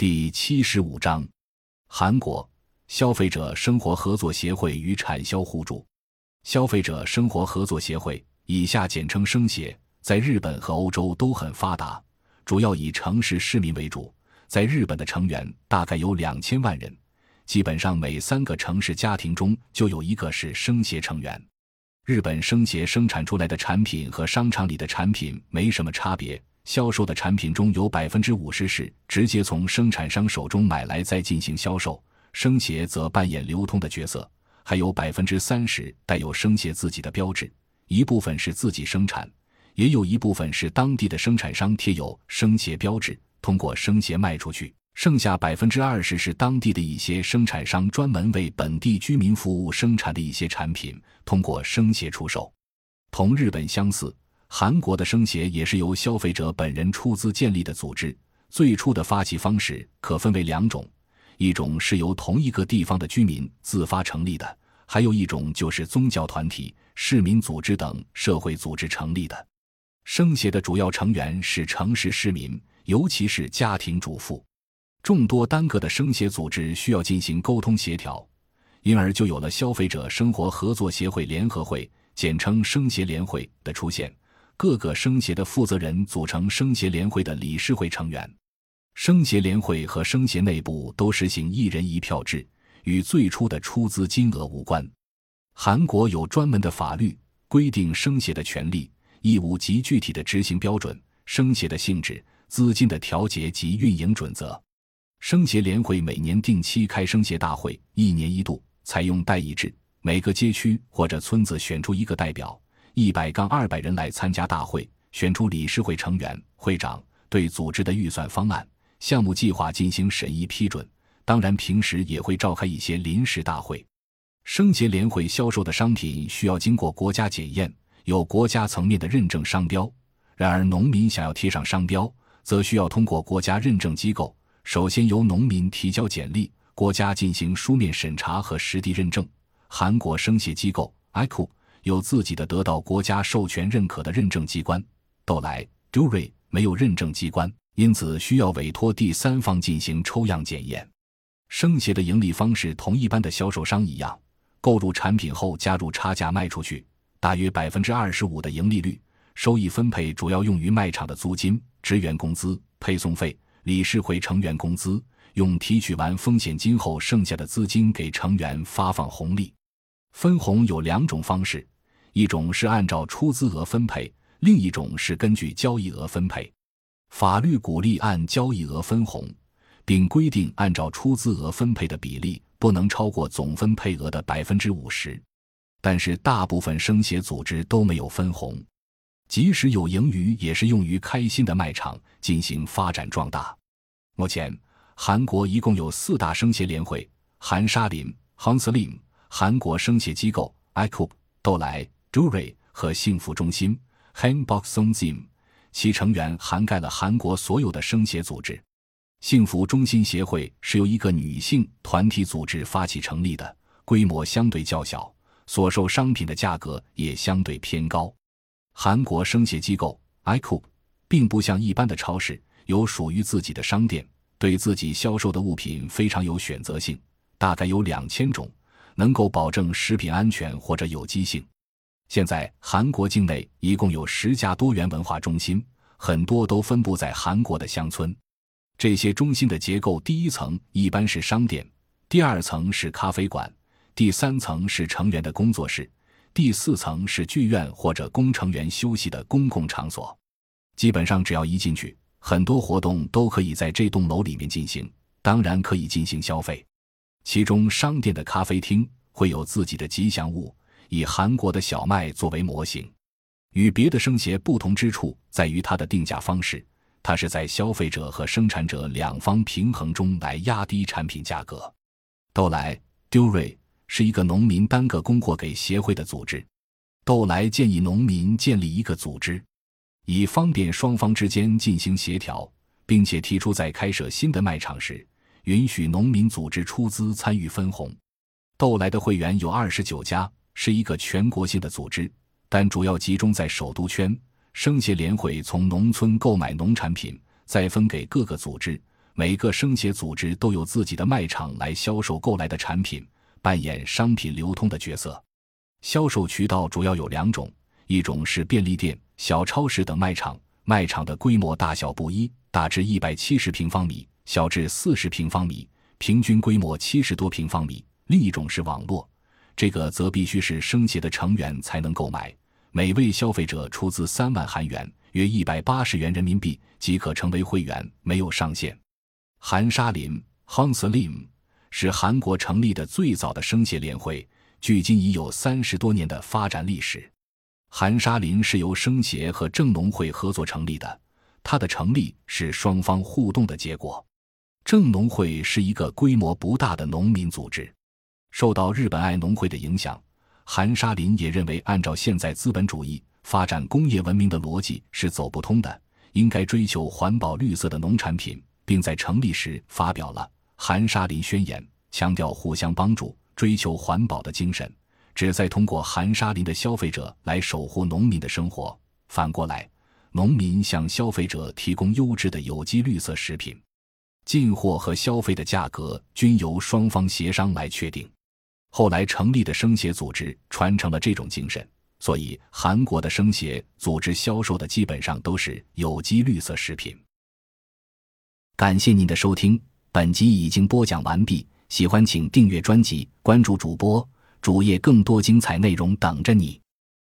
第75章，韩国消费者生活合作协会与产销互助。消费者生活合作协会，以下简称生协，在日本和欧洲都很发达，主要以城市市民为主。在日本的成员大概有2000万人，基本上每3个城市家庭中就有1个是生协成员。日本生协生产出来的产品和商场里的产品没什么差别，销售的产品中有 50% 是直接从生产商手中买来再进行销售，生协则扮演流通的角色，还有 30% 带有生协自己的标志，一部分是自己生产，也有一部分是当地的生产商贴有生协标志，通过生协卖出去，剩下 20% 是当地的一些生产商专门为本地居民服务生产的一些产品，通过生协出售。同日本相似，韩国的生协也是由消费者本人出资建立的组织，最初的发起方式可分为2种，一种是由同一个地方的居民自发成立的，还有一种就是宗教团体、市民组织等社会组织成立的。生协的主要成员是城市市民，尤其是家庭主妇。众多单个的生协组织需要进行沟通协调，因而就有了消费者生活合作协会联合会，简称生协联会的出现。各个生协的负责人组成生协联会的理事会成员。生协联会和生协内部都实行1人1票制，与最初的出资金额无关。韩国有专门的法律规定生协的权利、义务及具体的执行标准、生协的性质、资金的调节及运营准则。生协联会每年定期开生协大会，1年1度，采用代议制，每个街区或者村子选出1个代表，100-200人来参加大会，选出理事会成员、会长，对组织的预算方案、项目计划进行审议批准。当然平时也会召开一些临时大会。生协联会销售的商品需要经过国家检验，有国家层面的认证商标。然而农民想要贴上商标，则需要通过国家认证机构，首先由农民提交简历，国家进行书面审查和实地认证。韩国生协机构 ICOO 有自己的得到国家授权认可的认证机关，豆来 Duray 没有认证机关，因此需要委托第三方进行抽样检验。生协的盈利方式同一般的销售商一样，购入产品后加入差价卖出去，大约 25% 的盈利率，收益分配主要用于卖场的租金、职员工资、配送费、理事会成员工资，用提取完风险金后剩下的资金给成员发放红利。分红有2种方式，一种是按照出资额分配，另一种是根据交易额分配。法律鼓励按交易额分红，并规定按照出资额分配的比例不能超过总分配额的 50%。 但是大部分生协组织都没有分红，即使有盈余也是用于开新的卖场进行发展壮大。目前韩国一共有4大生协联会，韩沙林 Hanslim、 韩国生协机构 ICOO、 豆来 Duray 和幸福中心 Hanboksongzim， 其成员涵盖了韩国所有的生协组织。幸福中心协会是由一个女性团体组织发起成立的，规模相对较小，所售商品的价格也相对偏高。韩国生协机构 ICOO 并不像一般的超市有属于自己的商店，对自己销售的物品非常有选择性，大概有2000种，能够保证食品安全或者有机性。现在韩国境内一共有10家多元文化中心，很多都分布在韩国的乡村。这些中心的结构，第一层一般是商店，第2层是咖啡馆，第3层是成员的工作室，第4层是剧院或者供成员休息的公共场所。基本上只要一进去，很多活动都可以在这栋楼里面进行，当然可以进行消费。其中商店的咖啡厅会有自己的吉祥物，以韩国的小麦作为模型。与别的生协不同之处在于它的定价方式，它是在消费者和生产者2方平衡中来压低产品价格。豆来 Duray 是一个农民单个供货给协会的组织，豆来建议农民建立一个组织，以方便双方之间进行协调，并且提出在开设新的卖场时，允许农民组织出资参与分红。豆来的会员有29家，是一个全国性的组织，但主要集中在首都圈。生协联会从农村购买农产品，再分给各个组织， 每个生协组织都有自己的卖场来销售购来的产品，扮演商品流通的角色。销售渠道主要有2种，一种是便利店、小超市等卖场，卖场的规模大小不一，大至170平方米，小至40平方米，平均规模70多平方米。另一种是网络，这个则必须是生协的成员才能购买，每位消费者出资3万韩元，约180元人民币即可成为会员，没有上限。韩沙林 Hanslim 是韩国成立的最早的生协联会，距今已有30多年的发展历史。韩沙林是由生协和正农会合作成立的，它的成立是双方互动的结果。正农会是一个规模不大的农民组织，受到日本爱农会的影响，韩沙林也认为按照现在资本主义发展工业文明的逻辑是走不通的，应该追求环保绿色的农产品，并在成立时发表了韩沙林宣言，强调互相帮助、追求环保的精神，旨在通过韩沙林的消费者来守护农民的生活。反过来，农民向消费者提供优质的有机绿色食品，进货和消费的价格均由双方协商来确定。后来成立的生协组织传承了这种精神，所以韩国的生协组织销售的基本上都是有机绿色食品。感谢您的收听，本集已经播讲完毕，喜欢请订阅专辑，关注主播，主页更多精彩内容等着你。